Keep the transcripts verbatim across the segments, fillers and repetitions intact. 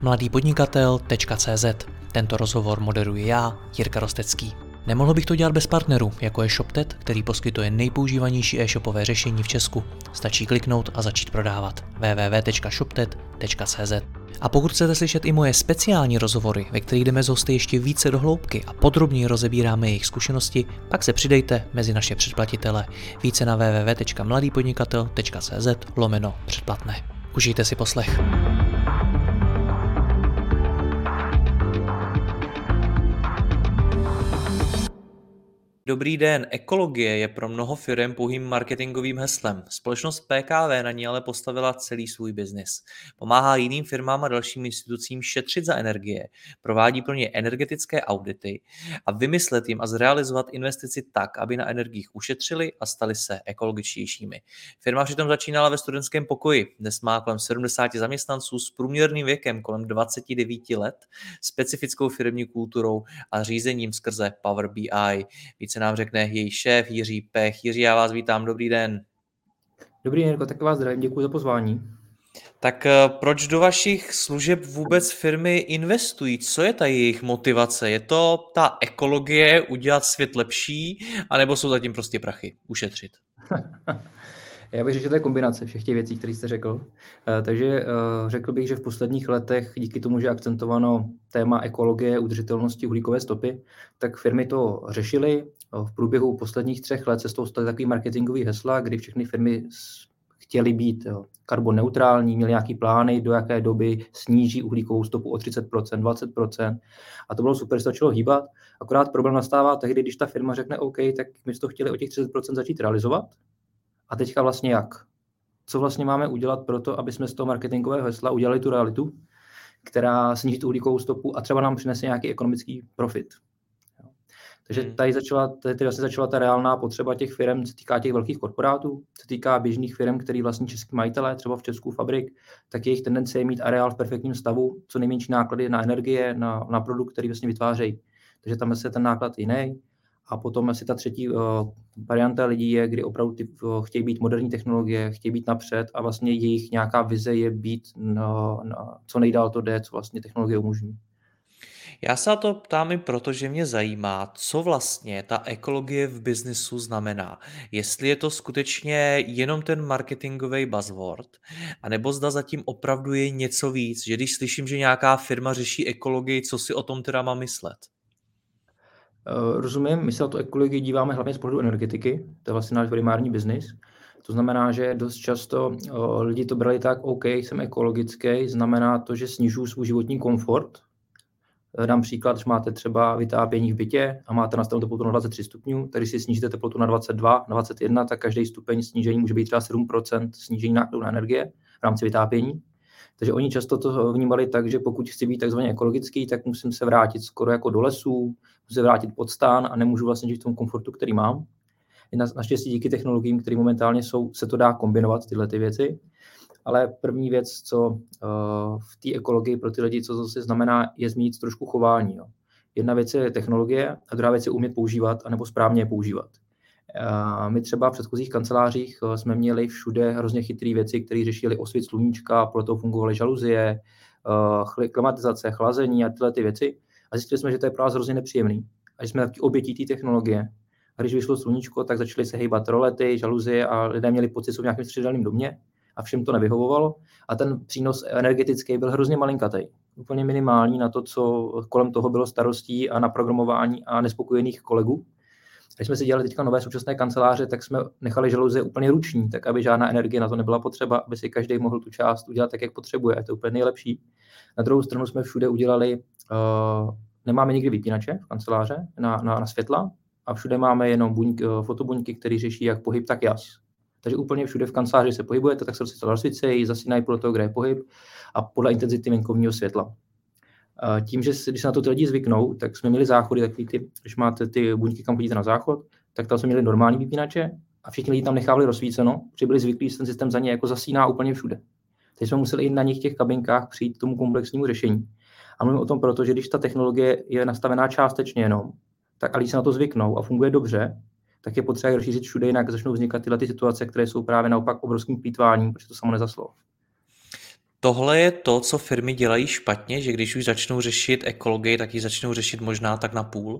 mladýpodnikatel tečka cé zet. Tento rozhovor moderuji já, Jirka Rostecký. Nemohl bych to dělat bez partnerů, jako je ShopTet, který poskytuje nejpoužívanější e-shopové řešení v Česku. Stačí kliknout a začít prodávat. w w w tečka shoptet tečka cé zet. A pokud chcete slyšet i moje speciální rozhovory, ve kterých jdeme s hosty ještě více do hloubky a podrobněji rozebíráme jejich zkušenosti, pak se přidejte mezi naše předplatitele. Více na w w w tečka mladýpodnikatel tečka cé zet lomeno předplatné. Užijte si poslech. Dobrý den, ekologie je pro mnoho firem pouhým marketingovým heslem. Společnost P K V na ní ale postavila celý svůj biznis. Pomáhá jiným firmám a dalším institucím šetřit za energie, provádí pro ně energetické audity a vymyslet jim a zrealizovat investici tak, aby na energiích ušetřili a stali se ekologičtějšími. Firma přitom začínala ve studentském pokoji, dnes má kolem sedmdesát zaměstnanců s průměrným věkem kolem dvacet devět let, specifickou firmní kulturou a řízením skrze Power B I. Více nám řekne její šéf Jiří Pech. Jiří, já vás vítám, dobrý den. Dobrý den, Jirko, tak vás zdravím, děkuji za pozvání. Tak proč do vašich služeb vůbec firmy investují? Co je ta jejich motivace? Je to ta ekologie, udělat svět lepší, anebo jsou zatím prostě prachy, ušetřit? Já bych řekl, že to je kombinace všech těch věcí, které jste řekl. Takže řekl bych, že v posledních letech díky tomu, že je akcentováno téma ekologie, udržitelnosti, uhlíkové stopy, tak firmy to řešily. V průběhu posledních třech let se z toho staly takový marketingový hesla, kdy všechny firmy chtěly být karbon neutrální, měly nějaký plány, do jaké doby sníží uhlíkovou stopu o třicet procent, dvacet procent. A to bylo super, se začalo hýbat. Akorát problém nastává tehdy, když ta firma řekne OK, tak my jsme to chtěli o těch třicet procent začít realizovat. A teďka vlastně jak? Co vlastně máme udělat pro to, aby jsme z toho marketingového hesla udělali tu realitu, která sníží tu uhlíkovou stopu a třeba nám přinese nějaký ekonomický profit. Takže tady začala, tady vlastně začala ta reálná potřeba těch firm, se týká těch velkých korporátů, se týká běžných firm, který vlastní český majitelé, třeba v Česku Fabrik, tak jejich tendence je mít areál v perfektním stavu, co nejmenší náklady na energie, na, na produkt, který vlastně vytvářejí. Takže tam je ten náklad jiný. A potom asi ta třetí uh, varianta lidí je, kdy opravdu ty, uh, chtějí být moderní technologie, chtějí být napřed a vlastně jejich nějaká vize je být na, na co nejdál to jde, co vlastně technologie umožní. Já se na to ptám i proto, že mě zajímá, co vlastně ta ekologie v biznisu znamená. Jestli je to skutečně jenom ten marketingový buzzword, anebo zda zatím opravdu je něco víc, že když slyším, že nějaká firma řeší ekologii, co si o tom teda mám myslet? Uh, rozumím, my se na tu ekologii díváme hlavně z pohledu energetiky, to je vlastně náš primární biznis. To znamená, že dost často uh, lidi to brali tak, OK, jsem ekologický, znamená to, že snižuju svůj životní komfort. Dám příklad, že máte třeba vytápění v bytě a máte nastavenou teplotu na dvacet tři stupňů, tak když si snížíte teplotu na dvacet dva, na dvacet jedna, tak každý stupeň snížení může být třeba sedm procent snížení nákladů na energie v rámci vytápění. Takže oni často to vnímali tak, že pokud chci být takzvaně ekologický, tak musím se vrátit skoro jako do lesů, musím se vrátit pod stán a nemůžu vlastně žít v tom komfortu, který mám. Naštěstí díky technologiím, které momentálně jsou, se to dá kombinovat, tyhle ty věci. Ale první věc, co uh, v té ekologii pro ty lidi, co to zase znamená, je změnit trošku chování. Jo. Jedna věc je technologie a druhá věc je umět používat anebo správně je používat. Uh, my třeba v předchozích kancelářích uh, jsme měli všude hrozně chytré věci, které řešily osvit sluníčka, proto fungovaly žaluzie, uh, klimatizace, chlazení a tyhle ty věci. A zjistili jsme, že to je pro nás hrozně nepříjemný. A že jsme taky obětí té technologie. A když vyšlo sluníčko, tak začaly se hejbat rolety, žaluzie a lidé měli pocit, že jsou v nějakém střídalném domě. A všem to nevyhovovalo a ten přínos energetický byl hrozně malinkatý, úplně minimální na to, co kolem toho bylo starostí a naprogramování a nespokojených kolegů. Když jsme si dělali teďka nové současné kanceláře, tak jsme nechali žaluzie úplně ruční, tak aby žádná energie na to nebyla potřeba, aby si každý mohl tu část udělat tak, jak potřebuje. A to je úplně nejlepší. Na druhou stranu jsme všude udělali, uh, nemáme nikdy vypínače v kanceláře na, na, na světla a všude máme jenom buňky, fotobuňky, které řeší jak pohyb, tak jas. Takže úplně všude v kanceláři se pohybujete, tak se rozsvícejí, zasínají podle toho, kde je pohyb a podle intenzity venkovního světla. Tím, že když se na to ty lidi zvyknou, tak jsme měli záchody, takový ty, když máte ty buňky, kam chodíte na záchod, tak tam jsme měli normální vypínače a všichni lidi tam nechávali rozsvíceno, protože byli zvyklí, že ten systém za ně jako zasíná úplně všude. Teď jsme museli i na nich těch kabinkách přijít k tomu komplexnímu řešení. A mluvím o tom proto, že když ta technologie je nastavená částečně jenom, tak a lidi se na to zvyknou a funguje dobře, tak je potřeba rozšířit všude, jinak začnou vznikat tyhle ty situace, které jsou právě naopak obrovským plýtváním, protože to samo nezaslo. Tohle je to, co firmy dělají špatně, že když už začnou řešit ekologii, tak ji začnou řešit možná tak na půl?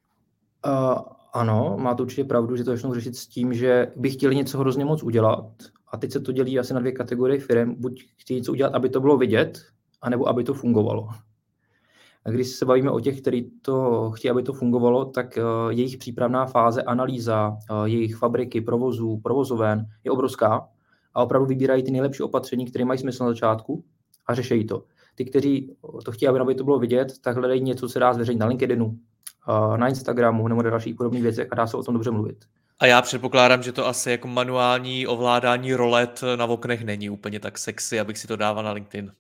Uh, ano, máte určitě pravdu, že to začnou řešit s tím, že by chtěli něco hrozně moc udělat. A teď se to dělí asi na dvě kategorie firm. Buď chtějí něco udělat, aby to bylo vidět, anebo aby to fungovalo. A když se bavíme o těch, kteří to chtějí, aby to fungovalo, tak uh, jejich přípravná fáze, analýza, uh, jejich fabriky, provozů, provozoven je obrovská a opravdu vybírají ty nejlepší opatření, které mají smysl na začátku a řeší to. Ty, kteří to chtějí, aby to bylo vidět, tak hledají něco, co se dá zveřejnit na LinkedInu, uh, na Instagramu nebo na dalších podobných věcech a dá se o tom dobře mluvit. A já předpokládám, že to asi jako manuální ovládání rolet na oknech není úplně tak sexy, abych si to dával na LinkedIn.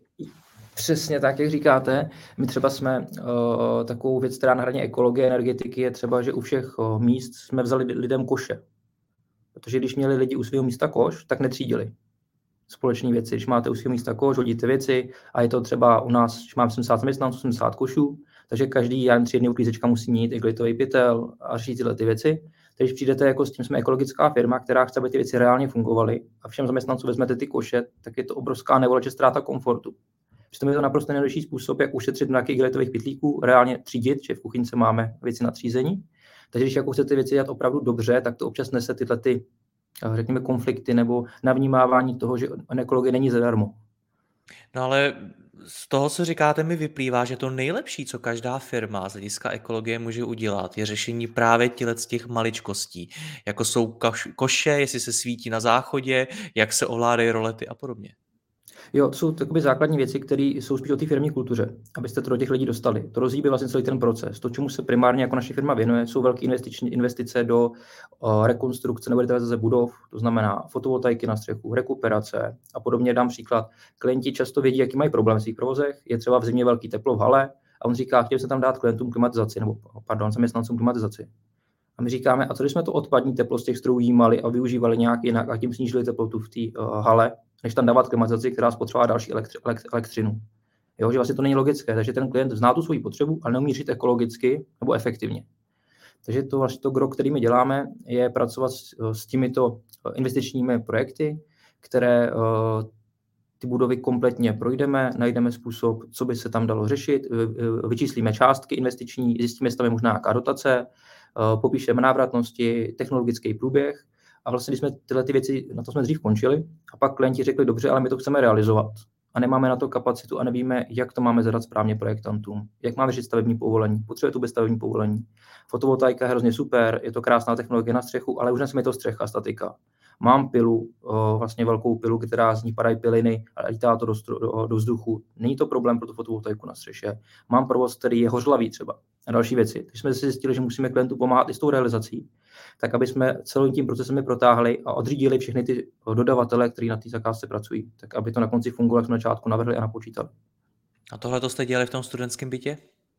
Přesně tak, jak říkáte. My třeba jsme uh, takovou věc, která na hraně ekologie, energetiky, je třeba, že u všech uh, míst jsme vzali lidem koše. Protože když měli lidi u svého místa koš, tak netřídili společné věci. Když máte u svého místa koš, hodíte věci a je to třeba u nás, když máme sedmdesát zaměstnanců, sedmdesát košů, takže každý, já jen tři jedny uklízečka musí mít igelitový pytel a řešit tyhle ty věci. Takže když přijdete jako s tím, jsme ekologická firma, která chce, aby ty věci reálně fungovaly a všem zaměstnancům vezmete ty koše, tak je to obrovská nevole, že ztráta komfortu. Přitom je to naprosto nejlepší způsob, jak ušetřit nějakých igelitových pytlíků, reálně třídit, že v kuchyňce máme věci na třízení. Takže když jako chcete věci dělat opravdu dobře, tak to občas nese tyhle ty, řekněme, konflikty nebo navnímávání toho, že ekologie není zadarmo. No ale z toho, co říkáte, mi vyplývá, že to nejlepší, co každá firma z hlediska ekologie může udělat, je řešení právě těchto těch maličkostí, jako jsou koš, koše, jestli se svítí na záchodě, jak se ovládají rolety a podobně. Jo, to jsou takové základní věci, které jsou spíš o té firmní kultuře, abyste to do těch lidí dostali. To rozhýbe vlastně celý ten proces. To, čemu se primárně jako naše firma věnuje, jsou velké investiční investice do uh, rekonstrukce nebo revitalizace budov, to znamená fotovoltaiky na střechu, rekuperace a podobně. Dám příklad. Klienti často vědí, jaký mají problém v svých provozech. Je třeba v zimě velký teplo v hale a on říká, chtěl jsem tam dát klientům klimatizaci, nebo pardon, zaměstnancům klimatizaci. A my říkáme, a co když jsme to odpadní teplo z těch strojů jímali a využívali nějak jinak a tím snížili teplotu v té uh, hale, než tam dávat klimatizaci, která spotřebuje další elektri- elektřinu. Jo, že vlastně to není logické, takže ten klient zná tu svoji potřebu, ale neumí žít ekologicky nebo efektivně. Takže to vlastně to gro, který my děláme, je pracovat s, s těmito investičními projekty, které uh, ty budovy kompletně projdeme, najdeme způsob, co by se tam dalo řešit, vyčíslíme částky investiční, zjistíme, jestli tam je možná nějaká dotace, uh, popíšeme návratnosti, technologický průběh. A vlastně, když jsme tyhle ty věci, na to jsme dřív končili, a pak klienti řekli, dobře, ale my to chceme realizovat. A nemáme na to kapacitu a nevíme, jak to máme zadat správně projektantům, jak máme řešit stavební povolení, potřebuje tu bez stavební povolení. Fotovoltaika je hrozně super, je to krásná technologie na střechu, ale už nesmí to střecha, statika. Mám pilu, vlastně velkou pilu, která z ní padají piliny a lítá to do, do, do vzduchu. Není to problém pro tu fotovoltaiku na střeše. Mám provoz, který je hořlavý třeba a další věci. Takže jsme si zjistili, že musíme klientu pomáhat i s tou realizací, tak aby jsme celým tím procesem protáhli a odřídili všechny ty dodavatele, kteří na té zakázce pracují, tak aby to na konci fungovalo, jak jsme na začátku navrhli a napočítali. A tohle to jste dělali v tom studentském bytě?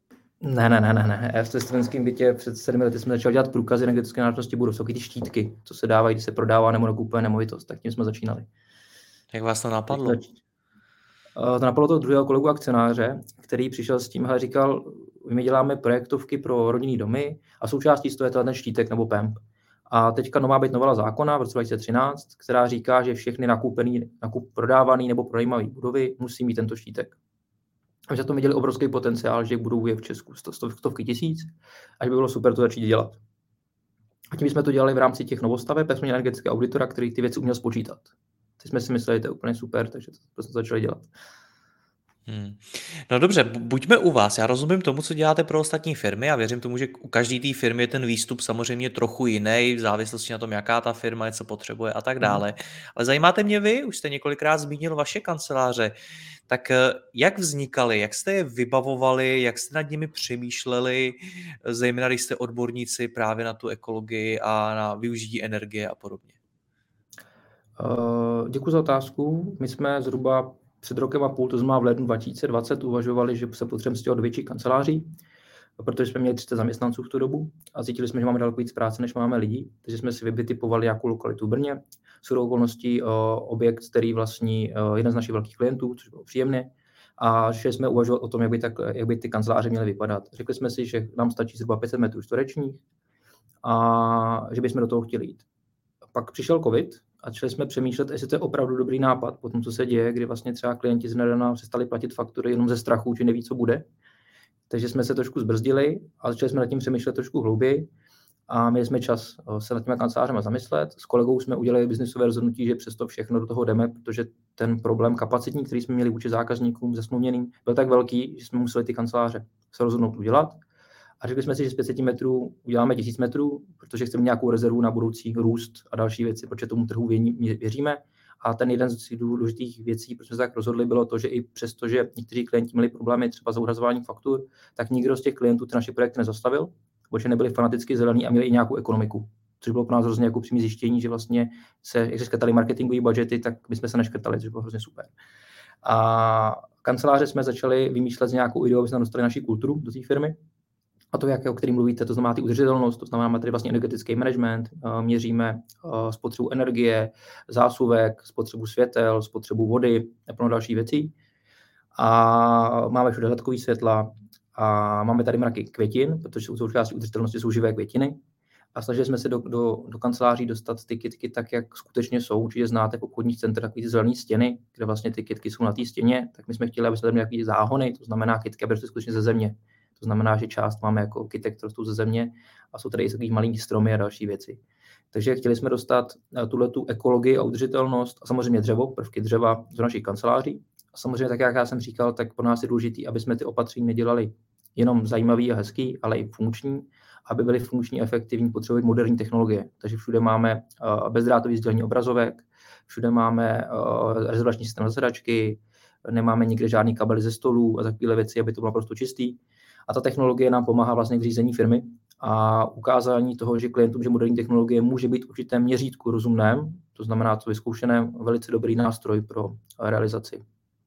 Ne, ne, ne, ne, ne. Já v studentském bytě před sedmi lety jsme začali dělat průkazy energetické náročnosti budov. Jsou ty štítky, co se dávají, když se prodává nebo nakupuje nemovitost. Tak tím jsme začínali. Jak vás to napadlo? To napadlo toho druhého kolegu akcionáře, který přišel s tím a říkal, my děláme projektovky pro rodinný domy a součástí z toho je ten štítek nebo P E M P. A teďka nová být novela zákona v roce dva tisíce třináct, která říká, že všechny nakupený, nakup, prodávaný nebo pronajímavé budovy musí mít tento štítek. A že to viděli obrovský potenciál, že budou je v Česku stovky tisíc a že by bylo super to začít dělat. A tím jsme to dělali v rámci těch novostaveb, tak jsme měli energetického auditora, který ty věci uměl spočítat. Teď jsme si mysleli, že to je úplně super, takže to jsme začali dělat. Hmm. No dobře, buďme u vás. Já rozumím tomu, co děláte pro ostatní firmy a věřím tomu, že u každé té firmy je ten výstup samozřejmě trochu jiný, v závislosti na tom, jaká ta firma je, co potřebuje a tak dále. Ale zajímáte mě vy, už jste několikrát zmínil vaše kanceláře, tak jak vznikaly, jak jste je vybavovali, jak jste nad nimi přemýšleli, zejména když jste odborníci právě na tu ekologii a na využití energie a podobně? Uh, děkuji za otázku. My jsme zhruba před rokem a půl, to znamená v lednu dva tisíce dvacet, uvažovali, že se potřebujeme stěhovat do větších kanceláří, protože jsme měli tři sta zaměstnanců v tu dobu a cítili jsme, že máme daleko víc práce, než máme lidí, takže jsme si vytipovali nějakou lokalitu v Brně. Shodou okolností uh, objekt, který vlastní uh, jeden z našich velkých klientů, což bylo příjemné. A že jsme uvažovali o tom, jak by, tak, jak by ty kanceláře měly vypadat. Řekli jsme si, že nám stačí zhruba pět set metrů čtverečních a že bychom do toho chtěli jít. Pak přišel covid a začali jsme přemýšlet, jestli to je opravdu dobrý nápad po tom, co se děje, kdy vlastně třeba klienti z nedávna přestali platit faktury jenom ze strachu, že neví, co bude. Takže jsme se trošku zbrzdili a začali jsme nad tím přemýšlet trošku hlouběji a měli jsme čas se nad těma kancelářema zamyslet. S kolegou jsme udělali biznisové rozhodnutí, že přesto všechno do toho jdeme, protože ten problém kapacitní, který jsme měli vůči zákazníkům zasmluvněným, byl tak velký, že jsme museli ty kanceláře se rozhodnout udělat. A řekli jsme si, že z pět set metrů uděláme tisíc metrů, protože chceme nějakou rezervu na budoucí růst a další věci, protože tomu trhu věříme. A ten jeden z důležitých věcí, proč jsme se tak rozhodli, bylo to, že i přesto, že někteří klienti měli problémy třeba s uhrazováním faktur, tak nikdo z těch klientů ty naše projekty nezastavil, protože nebyli fanaticky zelení a měli i nějakou ekonomiku. Což bylo pro nás hrozně jako přímé zjištění, že vlastně se, jak se škrtali marketingové budgety, tak my jsme se neškrtali, což bylo hrozně super. A kanceláře jsme začali vymýšlet s nějakou ideou, aby jsme dostali naši kulturu do té firmy. A to, jak, o kterým mluvíte, to znamená ty udržitelnost, to znamená tady vlastně energetický management, měříme spotřebu energie, zásuvek, spotřebu světel, spotřebu vody a plno další věcí. A máme všude hladkový světla a máme tady mraky květin, protože jsou součástí udržitelnosti jsou živé květiny. A snažili jsme se do, do, do kanceláří dostat ty kytky tak, jak skutečně jsou. Určitě znáte v obchodních centrech takové ty zelené stěny, kde vlastně ty kytky jsou na té stěně, tak my jsme chtěli, aby se tam nějaké záhony, to znamená kytky, aby to skutečně ze země. To znamená, že část máme jako kytek, které rostou ze země a jsou tady i takový malý stromy a další věci. Takže chtěli jsme dostat tuhletu ekologii a udržitelnost a samozřejmě dřevo, prvky dřeva do našich kanceláří. A samozřejmě, tak jak já jsem říkal, tak pro nás je důležité, aby jsme ty opatření nedělali jenom zajímavý a hezký, ale i funkční. Aby byly funkční a efektivní, potřebují moderní technologie. Takže všude máme bezdrátový sdělení obrazovek, všude máme rezervační systém na sedačky, nemáme nikde žádný kabely ze stolů a takové věci, aby to bylo prostě čistý. A ta technologie nám pomáhá vlastně k řízení firmy a ukázání toho, že klientům, že moderní technologie může být v určitém měřítku rozumném, to znamená, co vyzkoušené, velice dobrý nástroj pro realizaci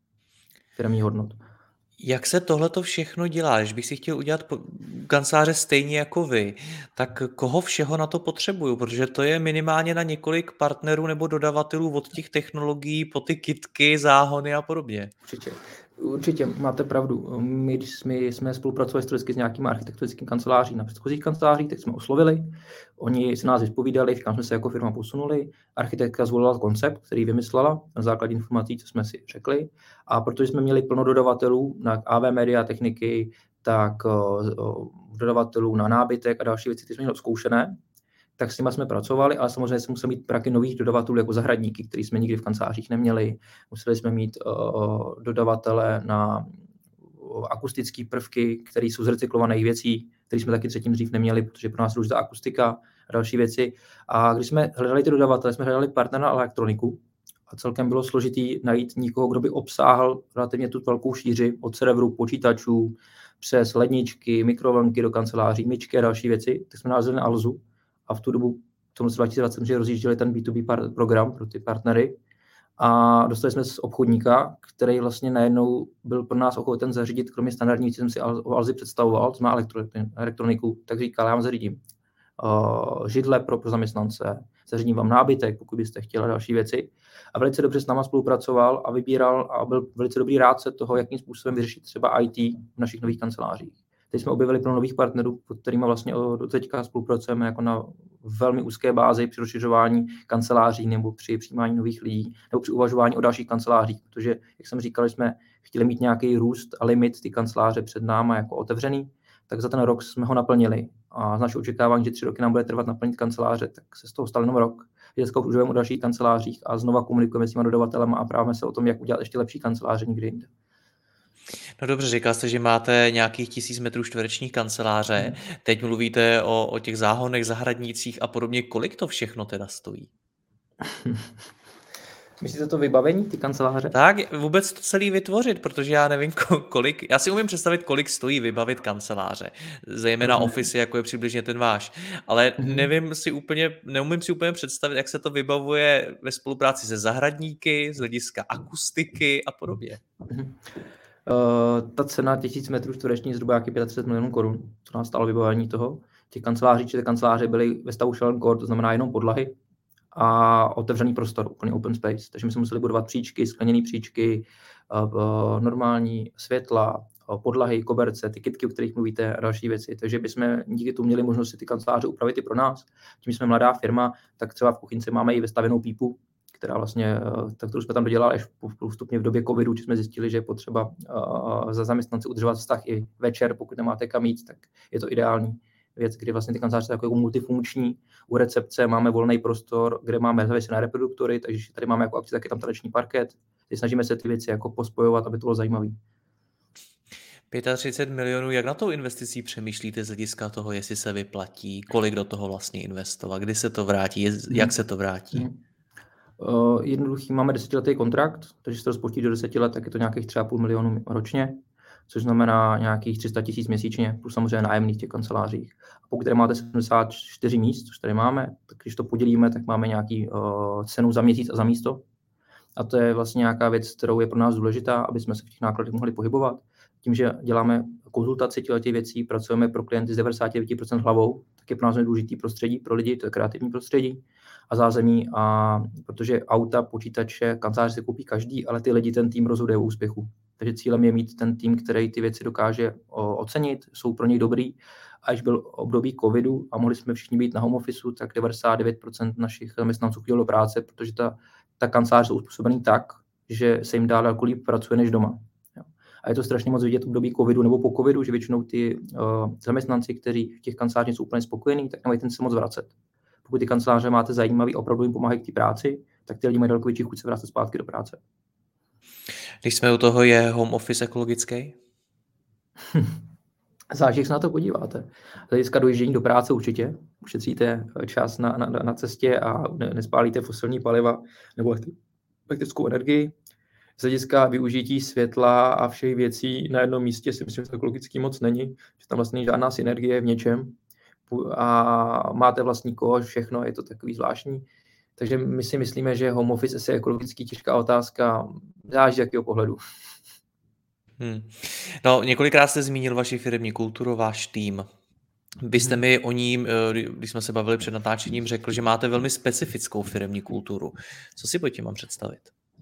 firmní hodnot. Jak se tohleto všechno dělá? Když bych si chtěl udělat kanceláře stejně jako vy, tak koho všeho na to potřebuju? Protože to je minimálně na několik partnerů nebo dodavatelů od těch technologií po ty kitky, záhony a podobně. Určitě. Určitě, máte pravdu. My, když jsme, jsme spolupracovali historicky s nějakými architektonickými kanceláří na předchozích kancelářích, tak jsme oslovili. Oni si nás vyspovídali, kam jsme se jako firma posunuli. Architektka zvolila koncept, který vymyslela na základě informací, co jsme si řekli. A protože jsme měli plno dodavatelů na á vé Media techniky, tak o, dodavatelů na nábytek a další věci, které jsme měli zkoušené, tak s nimi jsme pracovali, ale samozřejmě jsme museli mít praky nových dodavatelů jako zahradníky, který jsme nikdy v kancelářích neměli. Museli jsme mít uh, dodavatele na akustické prvky, které jsou z recyklovaných věcí, které jsme taky předtím dřív neměli, protože pro nás důležitá akustika a další věci. A když jsme hledali ty dodavatele, jsme hledali partnera na elektroniku a celkem bylo složitý najít někoho, kdo by obsáhl relativně tu velkou šíři od serverů, počítačů, přes ledničky, mikrovlnky do kanceláří, myčky a další věci. Tak jsme nalezli na Alzu. A v tu dobu, v tom roce dva tisíce dvacet, že rozjížděli ten bé dvě bé par- program pro ty partnery a dostali jsme z obchodníka, který vlastně najednou byl pro nás ochoten zařídit, kromě standardní věcí, jsem si o Alzi představoval, to má elektroniku, tak říkal, já vám zařídím uh, židle pro, pro zaměstnance, zařídím vám nábytek, pokud byste chtěli další věci. A velice dobře s náma spolupracoval a vybíral a byl velice dobrý rádce toho, jakým způsobem vyřešit třeba í té v našich nových kancelářích. Teď jsme objevili plno nových partnerů, pod kterými vlastně do teďka spolupracujeme jako na velmi úzké bázi při rozšiřování kanceláří nebo při přijímání nových lidí nebo při uvažování o dalších kancelářích, protože, jak jsem říkal, jsme chtěli mít nějaký růst a limit ty kanceláře před námi jako otevřený, tak za ten rok jsme ho naplnili. A z našeho očekávání, že tři roky nám bude trvat naplnit kanceláře, tak se z toho stal jenom rok. Dneska už užijeme o dalších kancelářích a znova komunikujeme s těma dodavatelema a právě se o tom, jak udělat ještě lepší kanceláře někde jinde. No dobře, říkal jste, že máte nějakých tisíc metrů čtverečních kanceláře. Hmm. Teď mluvíte o, o těch záhonech, zahradnících a podobně. Kolik to všechno teda stojí? Myslíte to vybavení, ty kanceláře? Tak, vůbec to celý vytvořit, protože já nevím, kolik, já si umím představit, kolik stojí vybavit kanceláře, zejména mm. office, jako je přibližně ten váš, ale mm. nevím si úplně, neumím si úplně představit, jak se to vybavuje ve spolupráci se zahradníky, z hlediska akustiky a podobně. Mm. Uh, ta cena tisíc metrů čtverečních je zhruba třicet pět milionů korun, co nás stálo vybavení toho. Těch kanceláří, či ty kanceláře byly ve stavu shell and core, to znamená jenom podlahy a otevřený prostor, úplně open space. Takže my jsme museli budovat příčky, skleněné příčky, normální světla, podlahy, koberce, ty kytky, o kterých mluvíte a další věci. Takže bychom díky tomu měli možnost si ty kanceláře upravit i pro nás. Tím jsme mladá firma, tak třeba v kuchyňce máme i vestavěnou pípu, která vlastně, tak kterou jsme tam dodělali až postupně v době covidu, či jsme zjistili, že je potřeba za zaměstnance udržovat vztah i večer, pokud nemáte kam jít, tak je to ideální věc, kdy vlastně ty kanceláře jsou jako multifunkční. U recepce máme volný prostor, kde máme zavěsené reproduktory, takže tady máme jako akci, tak je tam taneční parket. Teď snažíme se ty věci jako pospojovat, aby to bylo zajímavé. třicet pět milionů, jak na tou investicí přemýšlíte z hlediska toho, jestli se vyplatí, kolik do toho vlastně investovat, kdy se to vrátí, jak se to vrátí? Hmm. Uh, jednoduchý, máme desetiletý kontrakt, takže se to rozpočtí do deseti let, tak je to nějakých tři a půl milionu ročně, což znamená nějakých tři sta tisíc měsíčně, plus samozřejmě nájemných v těch kancelářích. A pokud tady máte sedmdesát čtyři míst, což tady máme, tak když to podělíme, tak máme nějaký uh, cenu za měsíc a za místo. A to je vlastně nějaká věc, kterou je pro nás důležitá, aby jsme se v těch nákladech mohli pohybovat. Tím, že děláme konzultaci těchto věcí, pracujeme pro klienty z devadesát devět procent hlavou, tak je pro nás důležitý prostředí pro lidi, to je kreativní prostředí a zázemí, a protože auta, počítače, kanceláře se koupí každý, ale ty lidi, ten tým rozhoduje o úspěchu. Takže cílem je mít ten tým, který ty věci dokáže ocenit, jsou pro něj dobrý. A když byl období covidu a mohli jsme všichni být na home officeu, tak devadesát devět procent našich zaměstnanců chodilo do práce, protože ta, ta kancelář jsou uspůsobený tak, že se jim dá daleko líp pracuje než doma. A je to strašně moc vidět v období covidu nebo po covidu, že většinou ty uh, zaměstnanci, kteří v těch kancelářích jsou úplně spokojení, tak nemají ten se moc vracet. Pokud ty kanceláře máte zajímavý, opravdu jim pomáhají k té práci, tak ty lidi mají daleko větší chuť se vrátit zpátky do práce. Když jsme u toho, je home office ekologický? Záleží, jak se na to podíváte. Z hlediska dojíždění do práce určitě. Ušetříte čas na, na, na cestě a nespálíte fosilní paliva nebo elektrickou energii. Z hlediska využití světla a všech věcí na jednom místě si myslím, že to ekologicky moc není, že tam vlastně žádná synergie v něčem a máte vlastní koš, všechno, je to takový zvláštní. Takže my si myslíme, že home office je ekologicky těžká otázka, záleží z jakého pohledu. Hmm. No, několikrát jste zmínil vaši firemní kulturu, váš tým. Vy jste mi o ní, když jsme se bavili před natáčením, řekl, že máte velmi specifickou firemní kulturu. Co si pod tím mám představit?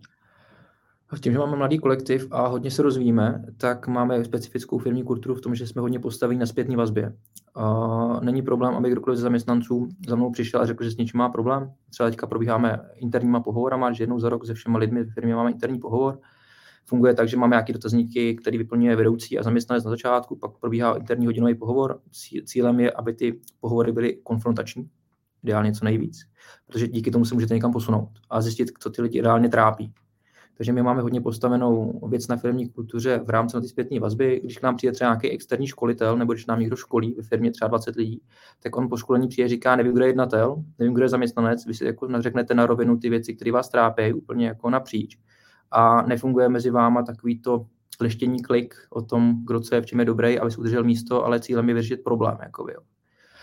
Tím, že máme mladý kolektiv a hodně se rozvíjíme, tak máme specifickou firmní kulturu v tom, že jsme hodně postavení na zpětné vazbě. Uh, není problém, aby kdokoliv ze zaměstnanců za mnou přišel a řekl, že s něčím má problém. Třeba teďka probíháme interníma pohovorama, že jednou za rok se všema lidmi v firmě máme interní pohovor. Funguje tak, že máme nějaké dotazníky, které vyplňuje vedoucí a zaměstnanec na začátku, pak probíhá interní hodinový pohovor. Cílem je, aby ty pohovory byly konfrontační, ideálně co nejvíc, protože díky tomu se můžete někam posunout a zjistit, co ty lidi reálně trápí. Takže my máme hodně postavenou věc na firmní kultuře v rámci na ty zpětné vazby. Když k nám přijde třeba nějaký externí školitel, nebo když nám někdo školí ve firmě třeba dvacet lidí, tak on po školení přijde říká, nevím, kdo je jednatel, nevím, kdo je zaměstnanec, vy si jako řeknete na rovinu ty věci, které vás trápí, úplně jako napříč. A nefunguje mezi váma takový to leštění klik o tom, kdo co je, v čem je dobrý, aby si udržel místo, ale cílem je vyřešit problém. Jakoby, jo.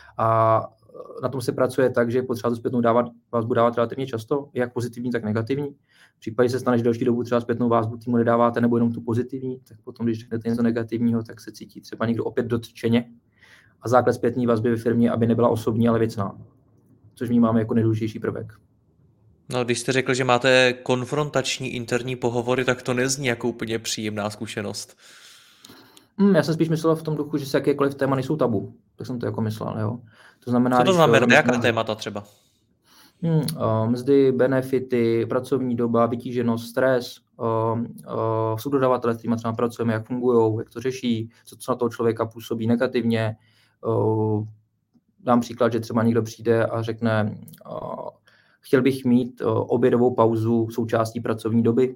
A na tom se pracuje tak, že je potřeba tu zpětnou dávat, vazbu dávat relativně často, jak pozitivní, tak negativní. V případě se stane, že další dobu třeba zpětnou vazbu týmu nedáváte nebo jenom tu pozitivní, tak potom, když řeknete něco negativního, tak se cítí třeba někdo opět dotčeně. A základ zpětné vazby ve firmě, aby nebyla osobní, ale věcná. Což my máme jako nejdůležitější prvek. No, když jste řekl, že máte konfrontační interní pohovory, tak to nezní jako úplně příjemná zkušenost. Hmm, já jsem spíš myslel v tom duchu, že se jakékoliv téma nejsou tabu. Tak jsem to jako myslel, jo. To znamená, Co to znamená? Když, Jaká témata třeba? Hmm, uh, mzdy, benefity, pracovní doba, vytíženost, stres, uh, uh, subdodavatele, s kterými třeba pracujeme, jak fungují, jak to řeší, co, co na toho člověka působí negativně. Uh, dám příklad, že třeba někdo přijde a řekne, uh, chtěl bych mít uh, obědovou pauzu součástí pracovní doby.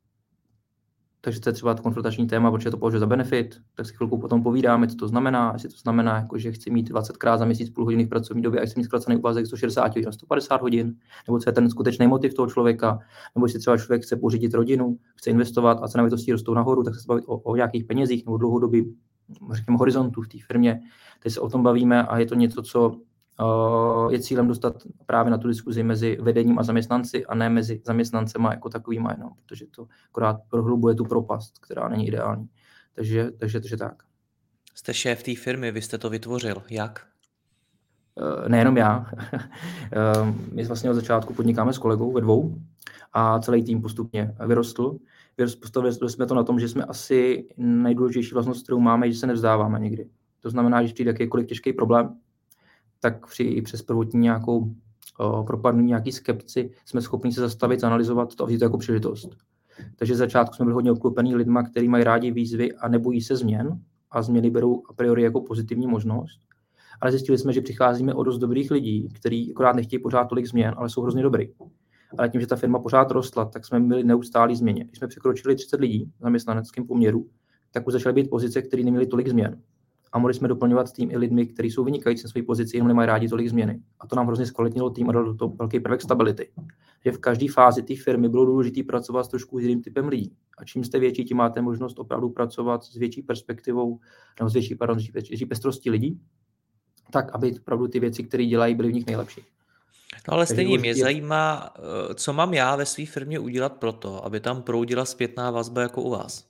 Takže to je třeba konfrontační téma, protože to považuje za benefit, tak si chvilku potom povídáme, co to znamená, jestli to znamená, jako, že chci mít dvacetkrát za měsíc půl hodiny v pracovní době a chci mít zkrácený úvazek sto šedesát hodin, sto padesát hodin, nebo co je ten skutečný motiv toho člověka, nebo jestli třeba člověk chce pořídit rodinu, chce investovat a cenovitosti rostou nahoru, tak se bavit o, o nějakých penězích nebo dlouhodobý, řekněme, horizontu v té firmě. Teď se o tom bavíme a je to něco, co je cílem dostat právě na tu diskuzi mezi vedením a zaměstnanci a ne mezi zaměstnancema jako takovýma jenom, protože to akorát prohlubuje tu propast, která není ideální. Takže, takže, takže tak. Jste šéf té firmy, vy jste to vytvořil. Jak? Nejenom já. My vlastně od začátku podnikáme s kolegou ve dvou a celý tým postupně vyrostl. Postavili jsme to na tom, že jsme asi nejdůležitější vlastnost, kterou máme, že se nevzdáváme nikdy. To znamená, že přijde jakýkoliv těžký problém, tak při, i přes prvotní nějakou propadnutí, nějaký skepci, jsme schopni se zastavit, analyzovat to a vzít to jako příležitost. Takže z začátku jsme byli hodně obklopení lidma, kteří mají rádi výzvy a nebojí se změn a změny berou a priori jako pozitivní možnost. Ale zjistili jsme, že přicházíme o dost dobrých lidí, kteří akorát nechtějí pořád tolik změn, ale jsou hrozně dobrý. Ale tím, že ta firma pořád rostla, tak jsme měli neustálý změně. Když jsme překročili třicet lidí v zaměstnaneckém poměru, tak už začaly být pozice, které neměly tolik změn. A mohli jsme doplňovat tým i lidmi, kteří jsou vynikající na své pozici, jenom nemají rádi tolik změny. A to nám hrozně zkvalitnilo tým a dalo do toho velký prvek stability. Že v každé fázi té firmy bylo důležité pracovat s trošku jiným typem lidí. A čím jste větší, tím máte možnost opravdu pracovat s větší perspektivou, nebo s větší, pardon, s větší pestrostí lidí, tak aby opravdu ty věci, které dělají, byly v nich nejlepší. No ale stejně mě zajímá, co mám já ve své firmě udělat pro to, aby tam proudila zpětná vazba jako u vás.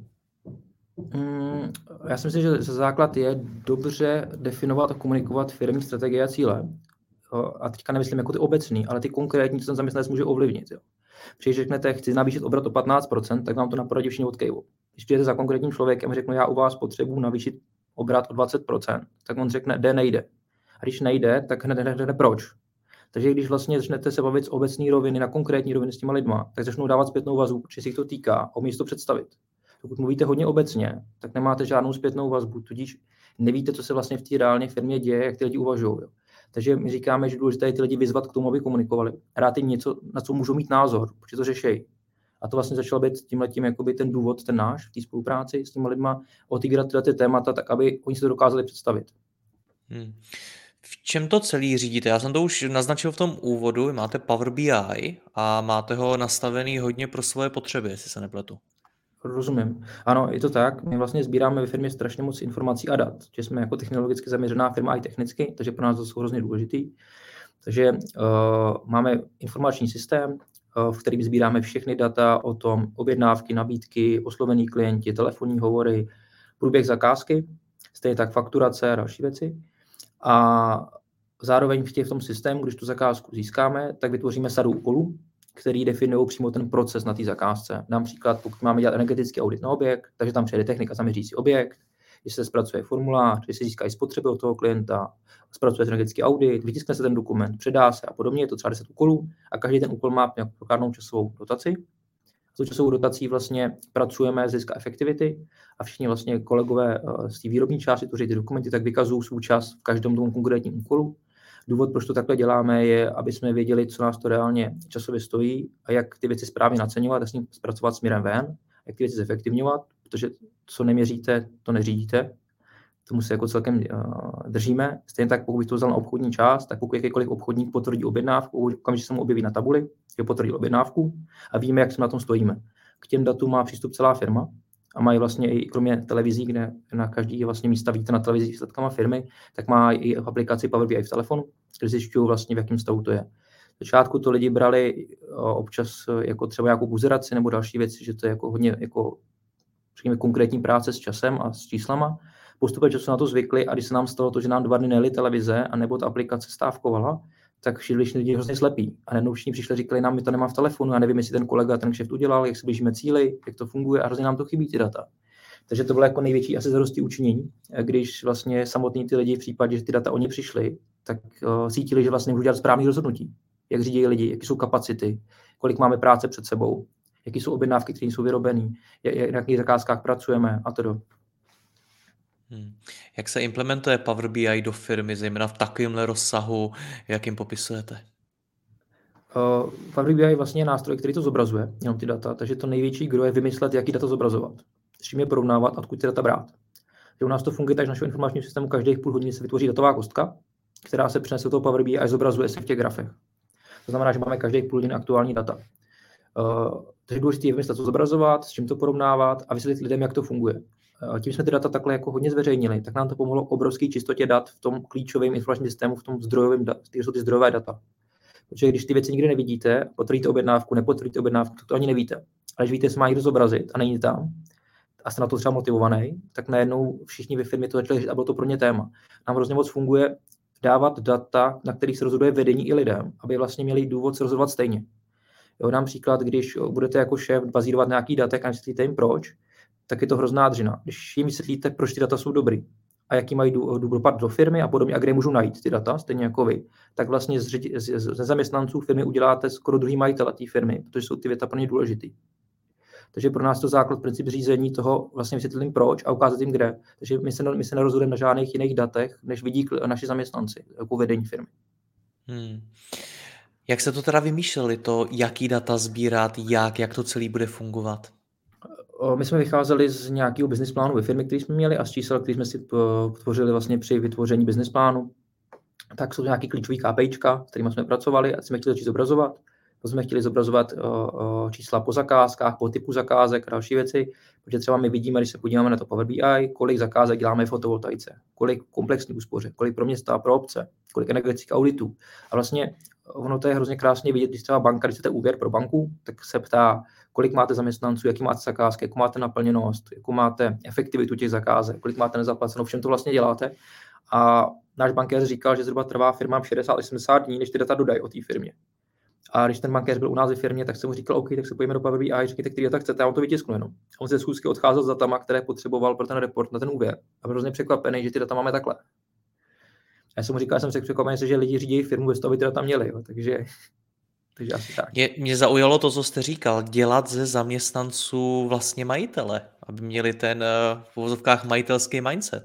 Mm, já si myslím, že základ je dobře definovat a komunikovat firmní strategie a cíle. A teďka nemyslím jako ty obecný, ale ty konkrétní, co ten zaměstnanec může ovlivnit. Jo. Když řeknete, chci navýšit obrat o patnáct procent, tak vám to na poradě všichni odkejvou. Když přijete za konkrétním člověkem a řeknu, já u vás potřebuji navýšit obrat o dvacet procent, tak on řekne, jde, nejde. A když nejde, tak hned hned proč. Takže když vlastně začnete se bavit z obecné roviny na konkrétní roviny s těma lidma, tak začnou dávat zpětnou vazbu, protože si jich to týká a umí si to představit. Pokud mluvíte hodně obecně, tak nemáte žádnou zpětnou vazbu, tudíž nevíte, co se vlastně v té reálné firmě děje, jak ty lidi uvažují. Takže my říkáme, že důležité je ty lidi vyzvat k tomu, aby komunikovali. Rád jim něco, na co můžou mít názor, protože to řešejí. A to vlastně začalo být tímhletím jakoby ten důvod, ten náš v té spolupráci s těma lidma, otvírat tyhle ty témata, tak aby oni si to dokázali představit. Hmm. V čem to celý řídíte? Já jsem to už naznačil v tom úvodu, máte Power B I a máte ho nastavený hodně pro svoje potřeby, jestli se nepletu. Rozumím. Ano, je to tak. My vlastně sbíráme ve firmě strašně moc informací a dat, že jsme jako technologicky zaměřená firma i technicky, takže pro nás to jsou hrozně důležitý. Takže uh, máme informační systém, uh, v kterým sbíráme všechny data o tom objednávky, nabídky, oslovení klienti, telefonní hovory, průběh zakázky, stejně tak fakturace a další věci. A zároveň v, tě, v tom systému, když tu zakázku získáme, tak vytvoříme sadu úkolů, který definují přímo ten proces na té zakázce. Například, pokud máme dělat energetický audit na objekt, takže tam přijde technika, zaměří si objekt, když se zpracuje formulář, když se získají spotřeby od toho klienta, zpracuje energetický audit, vytiskne se ten dokument, předá se a podobně, je to třeba deset úkolů a každý ten úkol má nějakou prokladnou časovou dotaci. S tou časovou dotací vlastně pracujeme z hlediska efektivity a všichni vlastně kolegové z té výrobní části tvoří ty dokumenty, tak vykazují svůj čas v každém tomu konkrétním úkolu. Důvod, proč to takhle děláme, je, aby jsme věděli, co nás to reálně časově stojí a jak ty věci správně naceňovat a s ním zpracovat směrem ven, jak ty věci zefektivňovat, protože co neměříte, to neřídíte. Tomu se jako celkem uh, držíme. Stejně tak, pokud bych to vzal na obchodní část, tak pokud jakýkoliv obchodník potvrdí objednávku, okamžitě se mu objeví na tabuli, že potvrdil objednávku a víme, jak se na tom stojíme. K těm datům má přístup celá firma a mají vlastně i kromě televizí, kde na každý vlastně místa vidíte na televizi výsledkama firmy, tak má i aplikaci Power B I v telefonu, kde zjišťují vlastně, v jakém stavu to je. V začátku to lidi brali občas jako třeba nějakou buzeraci nebo další věci, že to je jako hodně jako řekněme, konkrétní práce s časem a s číslama. Postupem času na to zvykli a když se nám stalo to, že nám dva dny nejeli televize a nebo ta aplikace stávkovala, tak všichni lidi hrozně slepí. A najednou všichni přišli, říkali nám, my to nemá v telefonu, já nevím, jestli ten kolega ten kšeft udělal, jak se blížíme cíli, jak to funguje a hrozně nám to chybí ty data. Takže to bylo jako největší asi zarostí učinění, když vlastně samotní ty lidi v případě, že ty data oni přišli, tak uh, cítili, že vlastně můžou dělat správné rozhodnutí. Jak řídí lidi, jaké jsou kapacity, kolik máme práce před sebou, jaké jsou objednávky, které jsou vyrobené, jak na jakých zakázkách pracujeme a to. Hmm. Jak se implementuje Power B I do firmy, zejména v takovémhle rozsahu, jak jim popisujete? Uh, Power B I vlastně je nástroj, který to zobrazuje, jenom ty data, takže to největší gro je vymyslet, jaký data zobrazovat, s čím je porovnávat a odkud ty data brát. Že u nás to funguje tak, že našeho informačního systému každých půl hodiny se vytvoří datová kostka, která se přenese do toho Power B I a zobrazuje se v těch grafech. To znamená, že máme každých půl hodiny aktuální data. Uh, takže důležité je vymyslet, co zobrazovat, s čím to porovnávat a vysvětlit lidem, jak to funguje. Uh, tím jsme ty data takhle jako hodně zveřejnili, tak nám to pomohlo k obrovské čistotě dat v tom klíčovém informačním systému, v tom zdrojovém data, které jsou ty zdrojové data. Protože když ty věci nikdy nevidíte, potvrdíte objednávku, nepotvrdíte objednávku, tak to ani nevíte. Ale když víte, jestli má někdo zobrazit a není tam, a jste na to třeba motivovaný, tak najednou všichni ve firmě to začali řešit a bylo to pro ně téma. Nám hrozně moc funguje dávat data, na kterých se rozhoduje vedení i lidem, aby vlastně měli důvod se rozhodovat stejně. Jo, dám příklad, když budete jako šéf bazírovat nějaký data a vysvětlíte jim proč, tak je to hrozná dřina. Když jim vysvětlíte, proč ty data jsou dobrý a jaký mají dopad do firmy a podobně, a kde můžou najít ty data, stejně jako vy, tak vlastně ze zaměstnanců firmy uděláte skoro druhý majitele té firmy, protože jsou ty data pro ně důležitý. Takže pro nás to základ princip řízení toho vlastně vysvětlit jim proč a ukázat jim kde. Takže my se, my se nerozhodujeme na žádných jiných datech, než vidí naši zaměstnanci jako vedení firmy. Hmm. Jak se to teda vymýšleli, to, jaký data sbírat, jak, jak to celý bude fungovat? My jsme vycházeli z nějakého business plánu ve firmě, který jsme měli, a z čísel, který jsme si tvořili vlastně při vytvoření business plánu. Tak jsou nějaký klíčový KPIčka, s kterými jsme pracovali a jsme chtěli začít zobrazovat. To jsme chtěli zobrazovat uh, čísla po zakázkách, po typu zakázek a další věci, protože třeba my vidíme, když se podíváme na to Power B I, kolik zakázek děláme v fotovoltaice, kolik komplexní úspoře, kolik pro města a pro obce, kolik energetických auditů. A vlastně ono to je hrozně krásně vidět, když třeba banka, když chcete úvěr pro banku, tak se ptá, kolik máte zaměstnanců, jaký máte zakázky, jakou máte naplněnost, jakou máte efektivitu těch zakázek, kolik máte nezaplaceno, všem to vlastně děláte. A náš bankéř říkal, že zhruba trvá firmám šedesát až sedmdesát dní, než ty data dodají o té firmě. A když ten bankéř byl u nás ve firmě, tak jsem mu říkal, OK, tak se pojďme do Power B I, řekněte, který data chcete, já vám to vytisknu jenom. A on se schůzky odcházel s datama, které potřeboval pro ten report na ten úvěr. A byl hrozně překvapený, že ty data máme takhle. A já jsem mu říkal, jsem se překvapený, že lidi řídí firmu bez toho, aby ty data měli. Jo. Takže, takže asi tak. Mě, mě zaujalo to, co jste říkal, dělat ze zaměstnanců vlastně majitele, aby měli ten v uvozovkách majitelský mindset.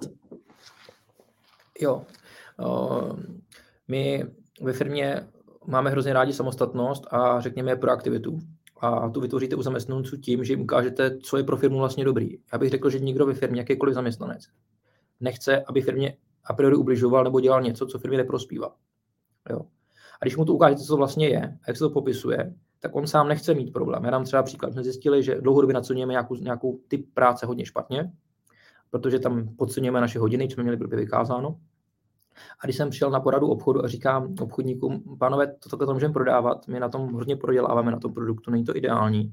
Jo. Uh, my ve firmě máme hrozně rádi samostatnost a řekněme proaktivitu. A tu vytvoříte u zaměstnanců tím, že jim ukážete, co je pro firmu vlastně dobrý. Já bych řekl, že nikdo ve firmě, jakýkoliv zaměstnanec, nechce, aby firmě a priori ubližoval nebo dělal něco, co firmě neprospívá. Jo. A když mu to ukážete, co to vlastně je a jak se to popisuje, tak on sám nechce mít problém. Já dám třeba příklad. Jsme zjistili, že dlouhodobě naceňujeme nějakou, nějakou typ práce hodně špatně, protože tam podceňujeme naše hodiny, co jsme měli blbě vykázáno. A když jsem přijel na poradu obchodu a říkám obchodníkům, pánové, to takhle to můžeme prodávat, my na tom hodně proděláváme na tom produktu, není to ideální.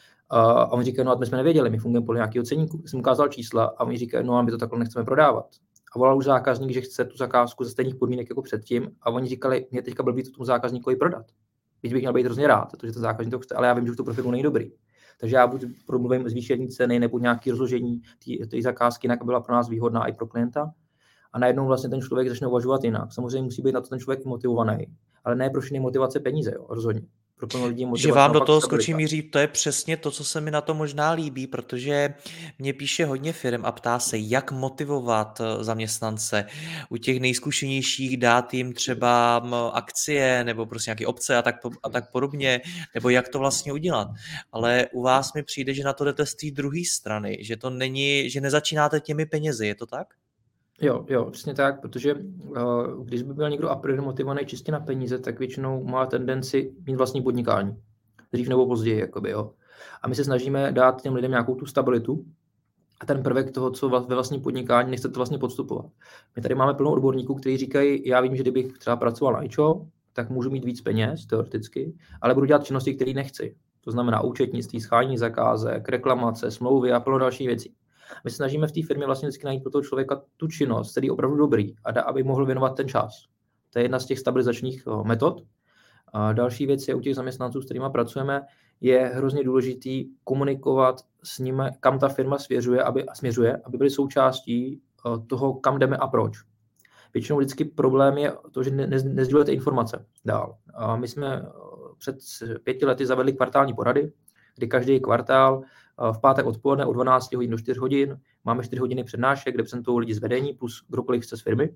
A oni říkají, no a my jsme nevěděli, my fungujeme podle nějakého ceníku. Jsem ukázal čísla a oni říkají, no a my to takhle nechceme prodávat. A volal už zákazník, že chce tu zakázku za stejných podmínek jako předtím, a oni říkali, mě teďka blbý to tomu zákazníkovi prodat. Byť bych měl být hrozně rád, protože ten zákazník to chce, ale já vím, že to pro firmu není dobrý. Takže já buď promluvím zvýšení ceny nebo nějaké rozložení té zakázky, jinak byla pro nás výhodná i pro klienta. A najednou vlastně ten člověk začne uvažovat jinak. Samozřejmě musí být na to ten člověk motivovaný, ale ne pro všechny motivace peníze, jo, rozhodně. Pro plno lidí motivace. Že vám do toho skočím Jiří, to je přesně to, co se mi na to možná líbí, protože mě píše hodně firm a ptá se, jak motivovat zaměstnance. U těch nejzkušenějších dát jim třeba akcie nebo prostě nějaké opce a tak, a tak podobně, nebo jak to vlastně udělat. Ale u vás mi přijde, že na to jdete z té druhé strany, že to není, že nezačínáte těmi penězi, je to tak? Jo, jo, přesně tak, protože uh, když by byl někdo a priori motivovaný čistě na peníze, tak většinou má tendenci mít vlastní podnikání. Dřív nebo později, jakoby, jo. A my se snažíme dát těm lidem nějakou tu stabilitu a ten prvek toho, co ve vlastním podnikání nechcete vlastně podstupovat. My tady máme plno odborníků, kteří říkají, já vím, že kdybych třeba pracoval na I Č O, tak můžu mít víc peněz, teoreticky, ale budu dělat činnosti, které nechci. To znamená účetnictví, shánění zakázek, reklamace, smlouvy a plno dalších věcí. My se snažíme v té firmě vlastně vždycky najít pro toho člověka tu činnost, který je opravdu dobrý, a da, aby mohl věnovat ten čas. To je jedna z těch stabilizačních metod. A další věc je u těch zaměstnanců, s kterými pracujeme, je hrozně důležitý komunikovat s nimi, kam ta firma směřuje, aby, směřuje, aby byli součástí toho, kam jdeme a proč. Většinou vždycky problém je to, že ne, ne, nezdílujete informace dál. A my jsme před pěti lety zavedli kvartální porady, kdy každý kvartál v pátek odpoledne od dvanácti hodin do čtyř hodin máme čtyři hodiny přednášek, kde prezentují lidi z vedení plus kdokoliv chce z firmy.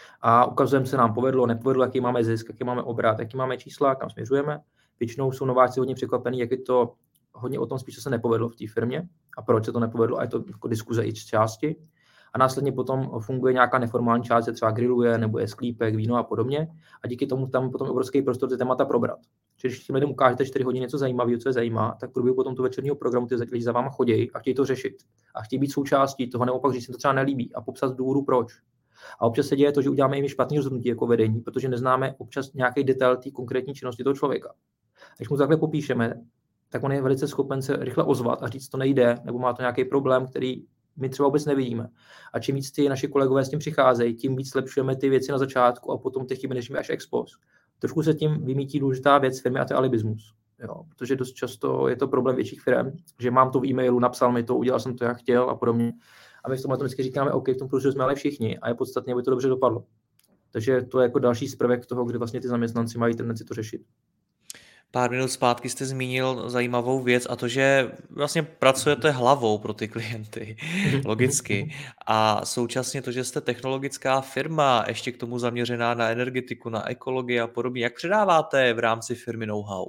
A ukazujeme, se nám povedlo, nepovedlo, jaký máme zisk, jaký máme obrat, jaký máme čísla, kam směřujeme. Většinou jsou nováčci hodně překvapení, jak je to hodně o tom spíš, co se nepovedlo v té firmě a proč se to nepovedlo, a je to jako diskuze i z části. A následně potom funguje nějaká neformální část, že třeba grilluje nebo je sklípek, víno a podobně. A díky tomu tam potom obrovský prostor ty témata probrat. Čili když těm lidem ukážete čtyři hodiny něco zajímavého, co je zajímá, tak v průběhu potom tu večerního programu ty lidi za váma chodí a chtějí to řešit. A chtějí být součástí toho, neopak, že se to třeba nelíbí a popsat z důvodu proč. A občas se děje to, že uděláme i špatný rozhodnutí jako vedení, protože neznáme občas nějaký detail té konkrétní činnosti toho člověka. A když mu takhle popíšeme, tak on je velice schopen se rychle ozvat a říct, to nejde, nebo má to nějaký problém, který my třeba vůbec nevidíme. A čím víc ty naši kolegové s tím přicházejí, tím víc zlepšujeme ty věci na začátku a potom ty chyby nežíme až ex post. Trošku se tím vymítí důležitá věc firmy a to je alibismus. Jo, protože dost často je to problém větších firm, že mám to v e-mailu, napsal mi to, udělal jsem to, jak chtěl a podobně. A my v tomhle vždycky říkáme, OK, v tom procesu jsme ale všichni a je podstatné, aby to dobře dopadlo. Takže to je jako další prvek toho, kdy vlastně ty zaměstnanci mají tendenci to řešit. Pár minut zpátky jste zmínil zajímavou věc a to, že vlastně pracujete hlavou pro ty klienty, logicky. A současně to, že jste technologická firma, ještě k tomu zaměřená na energetiku, na ekologii a podobně. Jak předáváte v rámci firmy know-how?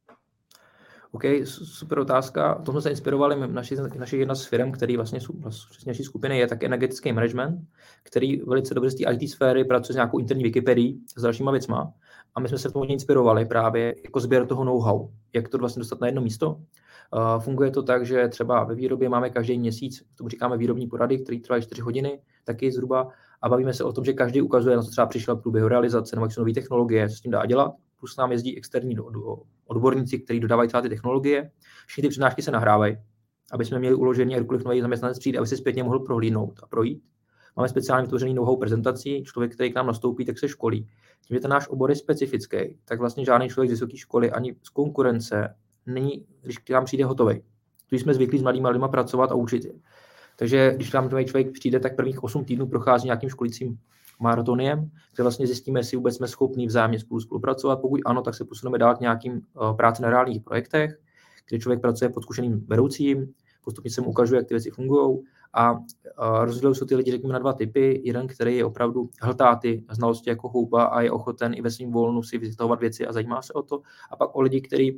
OK, super otázka. To jsme se inspirovali naši, naši jedna z firm, který vlastně jsou vlastně naší skupiny, je tak energetický management, který velice dobře z té í té sféry pracuje s nějakou interní Wikipedii s dalšíma věcma. A my jsme se v tom inspirovali právě jako sběr toho know-how, jak to vlastně dostat na jedno místo. Uh, funguje to tak, že třeba ve výrobě máme každý měsíc, tomu říkáme výrobní porady, které trvají čtyři hodiny, taky zhruba, a bavíme se o tom, že každý ukazuje, na co třeba přišla v průběhu realizace, nebo jak jsou nové technologie, co s tím dá dělat. Plus nám jezdí externí do, do, odborníci, kteří dodávají třeba ty technologie. Všechny ty přednášky se nahrávají, aby jsme měli uložený, a kdykoliv nový zaměstnanec přijde, aby si zpětně mohl prohlídnout a projít. Máme speciálně vytvořený know-how prezentací, člověk, který k nám nastoupí, tak se školí. Tím, že ten náš obor je specifický, tak vlastně žádný člověk z vysoké školy ani z konkurence není, když k nám přijde hotový. Tu jsme zvyklí s mladými lidmi pracovat a učit je. Takže když k nám člověk přijde, tak prvních osm týdnů prochází nějakým školicím maratoniem, kde vlastně zjistíme, jestli vůbec jsme schopni vzájemně spolu spolupracovat. Pokud ano, tak se posuneme dál k nějakým uh, práci na reálných projektech, kde člověk pracuje pod zkušeným vedoucím, postupně se mu ukazuje, jak ty věci fungují a uh, rozdělují se ty lidi, řekněme, na dva typy. Jeden, který je opravdu hltá ty znalosti jako houba a je ochoten i ve svým volnu si vyzitovat věci a zajímá se o to. A pak o lidi, kteří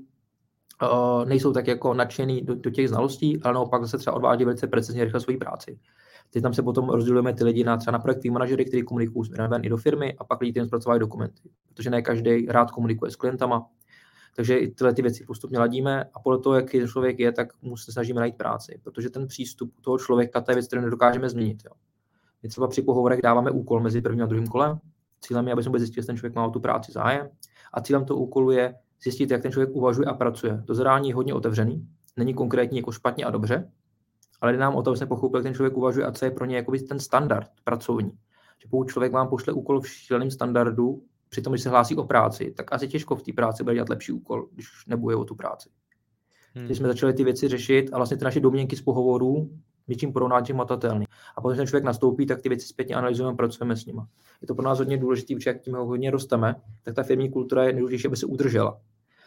uh, nejsou tak jako nadšený do, do těch znalostí, ale naopak zase třeba odvádí velice precizně rychle svoji práci. Teď tam se potom rozdělujeme ty lidi na třeba na projektový manažery, kteří komunikují směrem ven i do firmy, a pak lidi, kteří zpracovají dokumenty, protože ne každý rád komunikuje s klientama. Takže i tyhle ty věci postupně ladíme a podle toho, jaký člověk je, tak mu se snažíme najít práci, protože ten přístup toho člověka, to je věc, kterou nedokážeme změnit. Jo. My třeba při pohovorech dáváme úkol mezi prvním a druhým kolem. Cílem je, aby jsme zjistili, jestli ten člověk má o tu práci zájem, a cílem toho úkolu je zjistit, jak ten člověk uvažuje a pracuje. To zadání je hodně otevřený, není konkrétní jako špatně a dobře, ale jde nám o to, aby jsme pochopili, jak ten člověk uvažuje a co je pro ně jakoby ten standard pracovní. Že pokud člověk vám pošle úkol v šíleném standardu, přitom, když se hlásí o práci, tak asi těžko v té práci bude dělat lepší úkol, když nebuje o tu práci. Hmm. Když jsme začali ty věci řešit a vlastně ty naše domněnky z pohovorů něčím porovnat, čím matatelný. A potom, když ten člověk nastoupí, tak ty věci zpětně analyzujeme a pracujeme s nimi. Je to pro nás hodně důležité, protože jak tím hodně rosteme, tak ta firmní kultura je nejdůležitější, aby se udržela.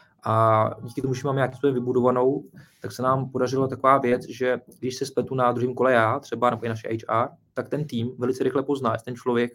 A díky tomu, že máme nějakým způsobem vybudovanou, tak se nám podařila taková věc, že když se spletu na druhém kole já, třeba nebo i naše há er, tak ten tým velice rychle pozná, jestli ten člověk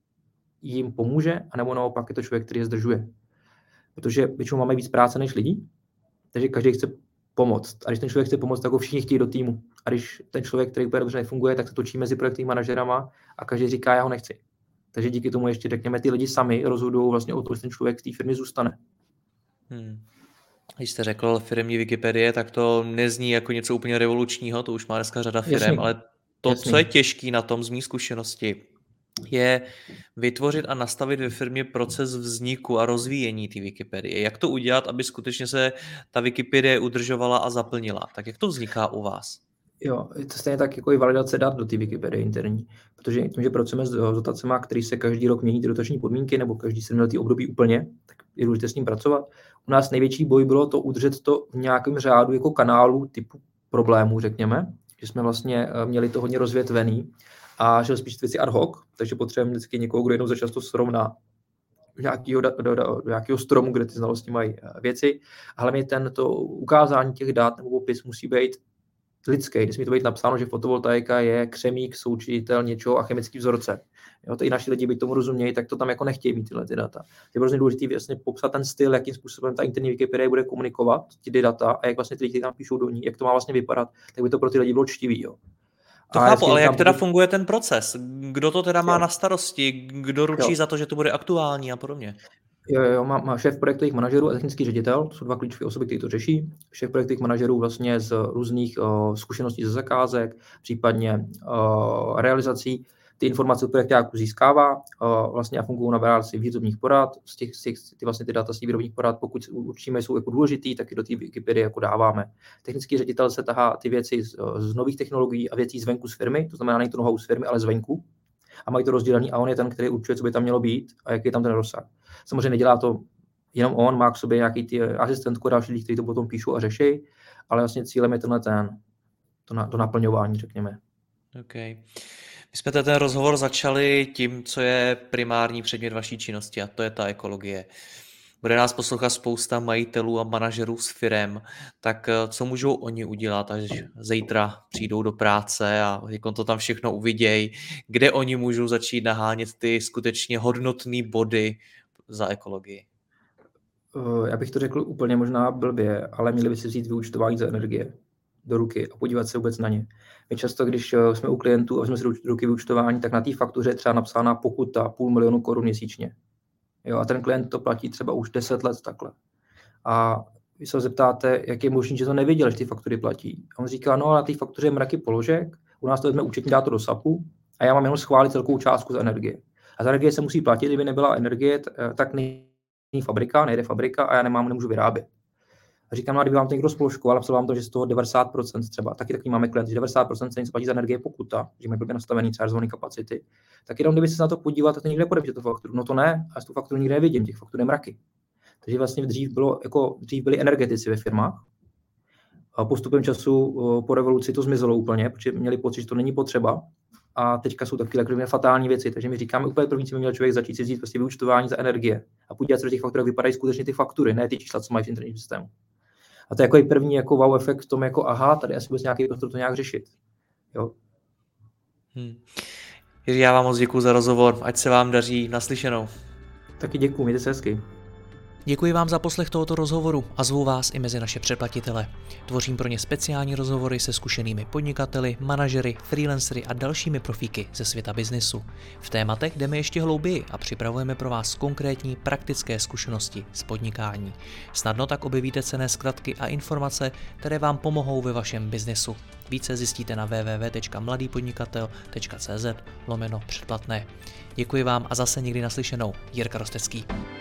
jim pomůže, anebo naopak je to člověk, který je zdržuje. Protože většinou máme víc práce než lidí, takže každý chce pomoct. A když ten člověk chce pomoct, tak ho všichni chtějí do týmu. A když ten člověk, který úplně dobře nefunguje, tak se točí mezi projektovými manažerama a každý říká, já ho nechci. Takže díky tomu ještě, řekněme, ty lidi sami rozhodují vlastně o to, jestli ten člověk v té firmě zůstane. Hmm. Když jste řekl firmní Wikipedie, tak to nezní jako něco úplně revolučního, to už má dneska řada firem, Jasný. ale to, Jasný. co je těžký na tom z mý zkušenosti, je vytvořit a nastavit ve firmě proces vzniku a rozvíjení té Wikipedie. Jak to udělat, aby skutečně se ta Wikipedie udržovala a zaplnila? Tak jak to vzniká u vás? Jo, je to stejně tak jako i validace dat do té Wikipedie interní, protože tím, že pracujeme s dotacemi, který se každý rok mění ty dotační podmínky nebo každý sedmiletý období úplně, tak je důležité s ním pracovat. U nás největší boj bylo to udržet to v nějakém řádu jako kanálu typu problémů, řekněme, že jsme vlastně měli to hodně rozvětvený a že spíš věci ad hoc, takže potřebujeme vždycky někoho, kdo jednou za čas to srovná nějakého, do, do, do, do nějakého stromu, kde ty znalosti mají věci. A hlavně ten to ukázání těch dat nebo popis musí být lidský, když mi to být napsáno, že fotovoltaika je křemík, součitel něčeho a chemický vzorce. Jo, to i naši lidi by tomu rozumějí, tak to tam jako nechtějí mít tyhle ty data. Je hrozně důležité vlastně popsat ten styl, jakým způsobem ta interní Wikipedie bude komunikovat, ty data a jak vlastně ty lidi tam píšou do ní, jak to má vlastně vypadat, tak by to pro ty lidi bylo čtivý. Jo. To a chápu, ale jak teda funguje ten proces? Kdo to teda má jo. na starosti? Kdo ručí jo. za to, že to bude aktuální a podobně? Jo, jo, má, má šéf projektových manažerů a technický ředitel, to jsou dva klíčové osoby, kteří to řeší. Šéf projektových manažerů vlastně z různých uh, zkušeností ze zakázek, případně uh, realizací, ty informace od projektáků získává, vlastně a fungují na bázi výrobních porad, z těch, z těch ty, vlastně ty data z těch výrobních porad, pokud určíme, jsou jako důležitý, tak i do té Wikipedie jako dáváme. Technický ředitel se tahá ty věci z, z nových technologií a věcí zvenku z firmy, to znamená, není to know-how z firmy, ale zvenku. A mají to rozdělený a on je ten, který určuje, co by tam mělo být a jaký je tam ten rozsah. Samozřejmě nedělá to jenom on, má k sobě nějaký ty asistentku a další lidi, kteří to potom píšou a řeší, ale vlastně cílem je tenhle ten, to, na, to naplňování, řekněme. Okay. My jsme ten rozhovor začali tím, co je primární předmět vaší činnosti, a to je ta ekologie. Bude nás poslouchat spousta majitelů a manažerů s firem, tak co můžou oni udělat, až zítra přijdou do práce a jako to tam všechno uvidějí, kde oni můžou začít nahánět ty skutečně hodnotné body za ekologii? Já bych to řekl úplně možná blbě, ale měli by si vzít vyúčtování za energie do ruky a podívat se vůbec na ně. My často, když jsme u klientů a vezmeme si do ruky vyúčtování, tak na té faktuře je třeba napsána pokuta půl milionu korun měsíčně. Jo, a ten klient to platí třeba už deset let takhle. A vy se ho zeptáte, jak je možné, že to nevěděl, že ty faktury platí. A on říká, no a na té faktuře je mraky položek, u nás to vezme účetní, dá to do sapu a já mám jenom schválit celkou částku za energie. A za energie se musí platit, kdyby nebyla energie, tak není fabrika, nejde fabrika a já nemám, nemůžu vyrábět. A říkám, no a kdyby vám to někdo spoločkoval, napsal vám to, že z toho devadesát procent třeba, taky taky máme klienty, že devadesát procent se něco platí za energie pokuta, že mají blbě nastavený třeba zvolený kapacity, tak jenom kdyby se na to podívat, tak to nikde podepíše tu fakturu. No to ne, a z tu fakturu nikde nevidím, těch faktur je mraky. Takže vlastně dřív, bylo, jako, dřív byli energetici ve firmách. A postupem času po revoluci to zmizelo úplně, protože měli pocit, že to není potřeba. A teďka jsou takové fatální věci. Takže my říkáme úplně první, co by měl člověk začít si vzít prostě vyúčtování za energie a podívat se do těch faktur, jak vypadají skutečně ty faktury, ne ty čísla, co mají v interním systému. A to je jako první jako wow efekt v tom, jako aha, tady asi vůbec nějaký prostor to nějak řešit. Jo. Hmm. Jiří, já vám moc děkuji za rozhovor, ať se vám daří, naslyšenou. Taky děkuji, mějte se hezky. Děkuji vám za poslech tohoto rozhovoru a zvu vás i mezi naše předplatitele. Tvořím pro ně speciální rozhovory se zkušenými podnikateli, manažery, freelancery a dalšími profíky ze světa biznisu. V tématech jdeme ještě hlouběji a připravujeme pro vás konkrétní praktické zkušenosti z podnikání. Snadno tak objevíte cenné zkratky a informace, které vám pomohou ve vašem biznisu. Více zjistíte na w w w tečka mladý podnikatel tečka c z lomeno předplatné. Děkuji vám a zase někdy naslyšenou. Jirka Rostecký.